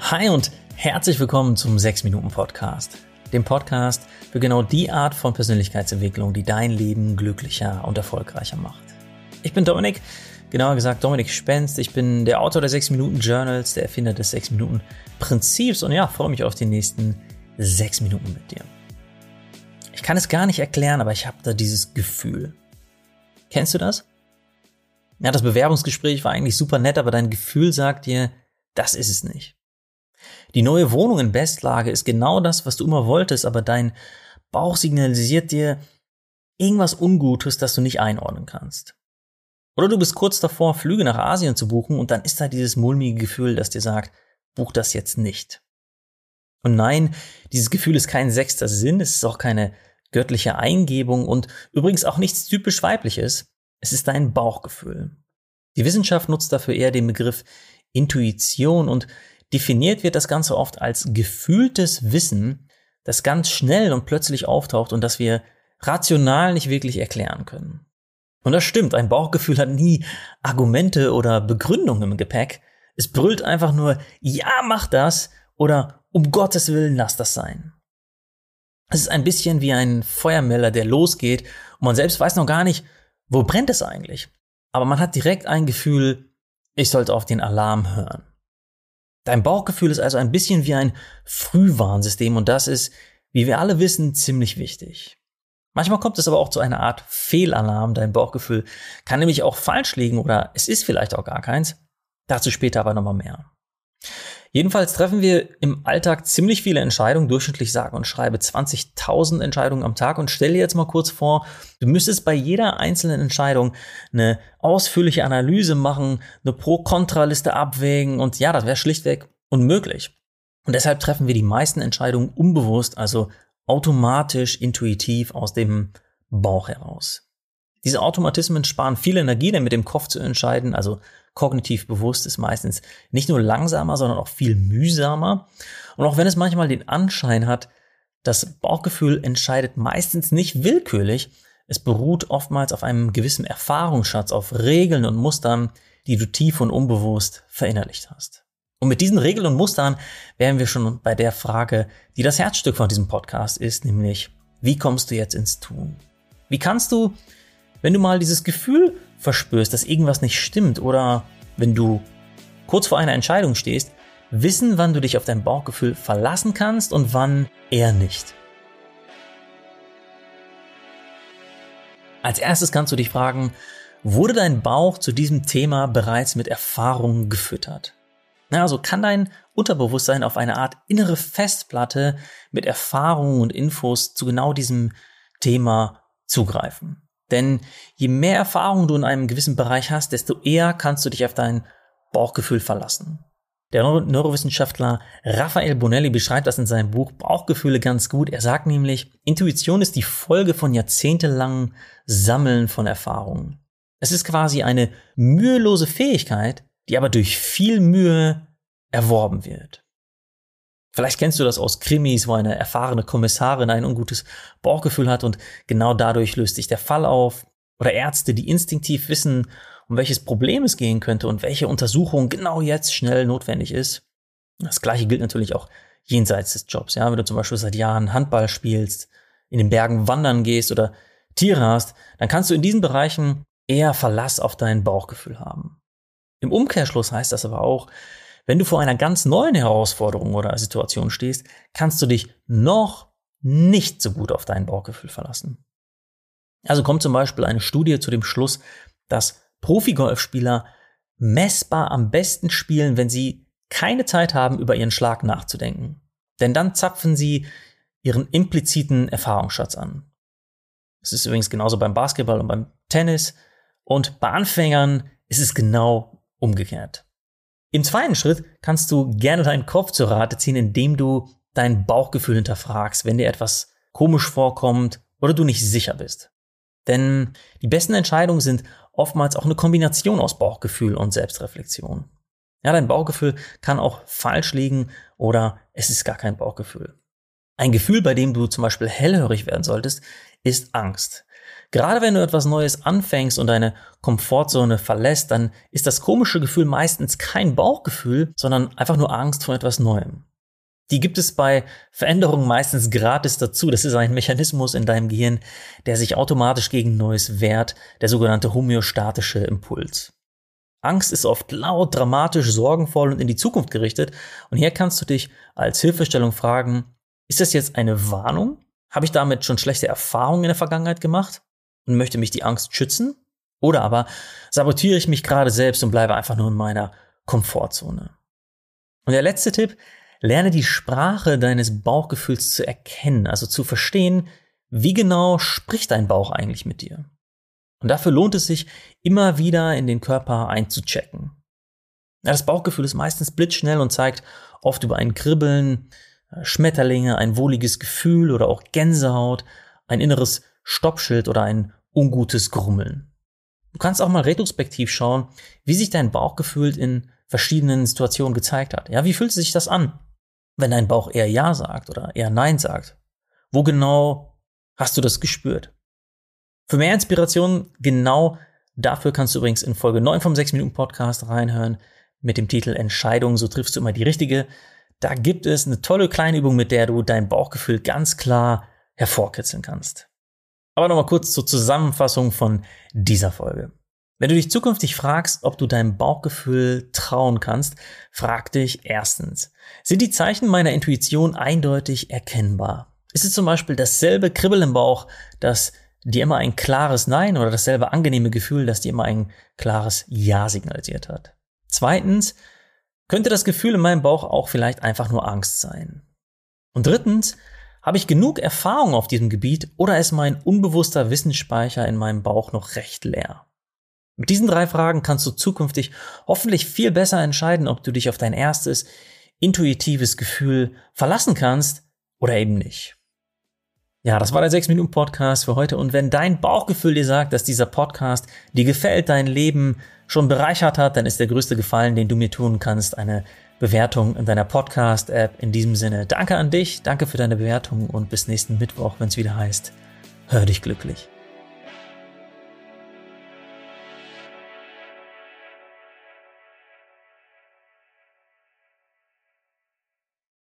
Hi und herzlich willkommen zum 6-Minuten-Podcast. Dem Podcast für genau die Art von Persönlichkeitsentwicklung, die dein Leben glücklicher und erfolgreicher macht. Ich bin Dominik, genauer gesagt Dominik Spenst. Ich bin der Autor der 6-Minuten-Journals, der Erfinder des 6-Minuten-Prinzips und freue mich auf die nächsten 6 Minuten mit dir. Ich kann es gar nicht erklären, aber ich habe da dieses Gefühl. Kennst du das? Ja, das Bewerbungsgespräch war eigentlich super nett, aber dein Gefühl sagt dir, das ist es nicht. Die neue Wohnung in Bestlage ist genau das, was du immer wolltest, aber dein Bauch signalisiert dir irgendwas Ungutes, das du nicht einordnen kannst. Oder du bist kurz davor, Flüge nach Asien zu buchen und dann ist da dieses mulmige Gefühl, das dir sagt, buch das jetzt nicht. Und nein, dieses Gefühl ist kein sechster Sinn, es ist auch keine göttliche Eingebung und übrigens auch nichts typisch Weibliches. Es ist dein Bauchgefühl. Die Wissenschaft nutzt dafür eher den Begriff Intuition und definiert wird das Ganze oft als gefühltes Wissen, das ganz schnell und plötzlich auftaucht und das wir rational nicht wirklich erklären können. Und das stimmt, ein Bauchgefühl hat nie Argumente oder Begründungen im Gepäck. Es brüllt einfach nur, ja, mach das oder um Gottes Willen, lass das sein. Es ist ein bisschen wie ein Feuermelder, der losgeht und man selbst weiß noch gar nicht, wo brennt es eigentlich. Aber man hat direkt ein Gefühl, ich sollte auf den Alarm hören. Dein Bauchgefühl ist also ein bisschen wie ein Frühwarnsystem und das ist, wie wir alle wissen, ziemlich wichtig. Manchmal kommt es aber auch zu einer Art Fehlalarm. Dein Bauchgefühl kann nämlich auch falsch liegen oder es ist vielleicht auch gar keins. Dazu später aber nochmal mehr. Jedenfalls treffen wir im Alltag ziemlich viele Entscheidungen, durchschnittlich sage und schreibe 20.000 Entscheidungen am Tag und stell dir jetzt mal kurz vor, du müsstest bei jeder einzelnen Entscheidung eine ausführliche Analyse machen, eine Pro-Kontra-Liste abwägen und ja, das wäre schlichtweg unmöglich. Und deshalb treffen wir die meisten Entscheidungen unbewusst, also automatisch, intuitiv aus dem Bauch heraus. Diese Automatismen sparen viel Energie, denn mit dem Kopf zu entscheiden, also kognitiv bewusst, ist meistens nicht nur langsamer, sondern auch viel mühsamer. Und auch wenn es manchmal den Anschein hat, das Bauchgefühl entscheidet meistens nicht willkürlich. Es beruht oftmals auf einem gewissen Erfahrungsschatz, auf Regeln und Mustern, die du tief und unbewusst verinnerlicht hast. Und mit diesen Regeln und Mustern wären wir schon bei der Frage, die das Herzstück von diesem Podcast ist, nämlich, wie kommst du jetzt ins Tun? Wie kannst du, wenn du mal dieses Gefühl verspürst, dass irgendwas nicht stimmt oder wenn du kurz vor einer Entscheidung stehst, wissen, wann du dich auf dein Bauchgefühl verlassen kannst und wann eher nicht. Als erstes kannst du dich fragen, wurde dein Bauch zu diesem Thema bereits mit Erfahrungen gefüttert? Also kann dein Unterbewusstsein auf eine Art innere Festplatte mit Erfahrungen und Infos zu genau diesem Thema zugreifen. Denn je mehr Erfahrung du in einem gewissen Bereich hast, desto eher kannst du dich auf dein Bauchgefühl verlassen. Der Neurowissenschaftler Raffaele Bonelli beschreibt das in seinem Buch Bauchgefühle ganz gut. Er sagt nämlich, Intuition ist die Folge von jahrzehntelangen Sammeln von Erfahrungen. Es ist quasi eine mühelose Fähigkeit, die aber durch viel Mühe erworben wird. Vielleicht kennst du das aus Krimis, wo eine erfahrene Kommissarin ein ungutes Bauchgefühl hat und genau dadurch löst sich der Fall auf. Oder Ärzte, die instinktiv wissen, um welches Problem es gehen könnte und welche Untersuchung genau jetzt schnell notwendig ist. Das Gleiche gilt natürlich auch jenseits des Jobs. Ja, wenn du zum Beispiel seit Jahren Handball spielst, in den Bergen wandern gehst oder Tiere hast, dann kannst du in diesen Bereichen eher Verlass auf dein Bauchgefühl haben. Im Umkehrschluss heißt das aber auch, wenn du vor einer ganz neuen Herausforderung oder Situation stehst, kannst du dich noch nicht so gut auf dein Bauchgefühl verlassen. Also kommt zum Beispiel eine Studie zu dem Schluss, dass Profi-Golfspieler messbar am besten spielen, wenn sie keine Zeit haben, über ihren Schlag nachzudenken. Denn dann zapfen sie ihren impliziten Erfahrungsschatz an. Es ist übrigens genauso beim Basketball und beim Tennis. Und bei Anfängern ist es genau umgekehrt. Im zweiten Schritt kannst du gerne deinen Kopf zur Rate ziehen, indem du dein Bauchgefühl hinterfragst, wenn dir etwas komisch vorkommt oder du nicht sicher bist. Denn die besten Entscheidungen sind oftmals auch eine Kombination aus Bauchgefühl und Selbstreflexion. Ja, dein Bauchgefühl kann auch falsch liegen oder es ist gar kein Bauchgefühl. Ein Gefühl, bei dem du zum Beispiel hellhörig werden solltest, ist Angst. Gerade wenn du etwas Neues anfängst und deine Komfortzone verlässt, dann ist das komische Gefühl meistens kein Bauchgefühl, sondern einfach nur Angst vor etwas Neuem. Die gibt es bei Veränderungen meistens gratis dazu. Das ist ein Mechanismus in deinem Gehirn, der sich automatisch gegen Neues wehrt, der sogenannte homöostatische Impuls. Angst ist oft laut, dramatisch, sorgenvoll und in die Zukunft gerichtet. Und hier kannst du dich als Hilfestellung fragen, ist das jetzt eine Warnung? Habe ich damit schon schlechte Erfahrungen in der Vergangenheit gemacht und möchte mich die Angst schützen? Oder aber sabotiere ich mich gerade selbst und bleibe einfach nur in meiner Komfortzone? Und der letzte Tipp, lerne die Sprache deines Bauchgefühls zu erkennen, also zu verstehen, wie genau spricht dein Bauch eigentlich mit dir. Und dafür lohnt es sich, immer wieder in den Körper einzuchecken. Ja, das Bauchgefühl ist meistens blitzschnell und zeigt oft über ein Kribbeln, Schmetterlinge, ein wohliges Gefühl oder auch Gänsehaut, ein inneres Stoppschild oder ein ungutes Grummeln. Du kannst auch mal retrospektiv schauen, wie sich dein Bauchgefühl in verschiedenen Situationen gezeigt hat. Ja, wie fühlt sich das an, wenn dein Bauch eher Ja sagt oder eher Nein sagt? Wo genau hast du das gespürt? Für mehr Inspiration genau dafür kannst du übrigens in Folge 9 vom 6-Minuten-Podcast reinhören mit dem Titel Entscheidung, so triffst du immer die richtige. Da gibt es eine tolle kleine Übung, mit der du dein Bauchgefühl ganz klar hervorkitzeln kannst. Aber nochmal kurz zur Zusammenfassung von dieser Folge. Wenn du dich zukünftig fragst, ob du deinem Bauchgefühl trauen kannst, frag dich erstens, sind die Zeichen meiner Intuition eindeutig erkennbar? Ist es zum Beispiel dasselbe Kribbeln im Bauch, das dir immer ein klares Nein oder dasselbe angenehme Gefühl, das dir immer ein klares Ja signalisiert hat? Zweitens, könnte das Gefühl in meinem Bauch auch vielleicht einfach nur Angst sein? Und drittens, habe ich genug Erfahrung auf diesem Gebiet oder ist mein unbewusster Wissensspeicher in meinem Bauch noch recht leer? Mit diesen 3 Fragen kannst du zukünftig hoffentlich viel besser entscheiden, ob du dich auf dein erstes intuitives Gefühl verlassen kannst oder eben nicht. Ja, das war der 6-Minuten-Podcast für heute. Und wenn dein Bauchgefühl dir sagt, dass dieser Podcast dir gefällt, dein Leben schon bereichert hat, dann ist der größte Gefallen, den du mir tun kannst, eine Bewertung in deiner Podcast-App. In diesem Sinne, danke an dich, danke für deine Bewertung und bis nächsten Mittwoch, wenn es wieder heißt, hör dich glücklich.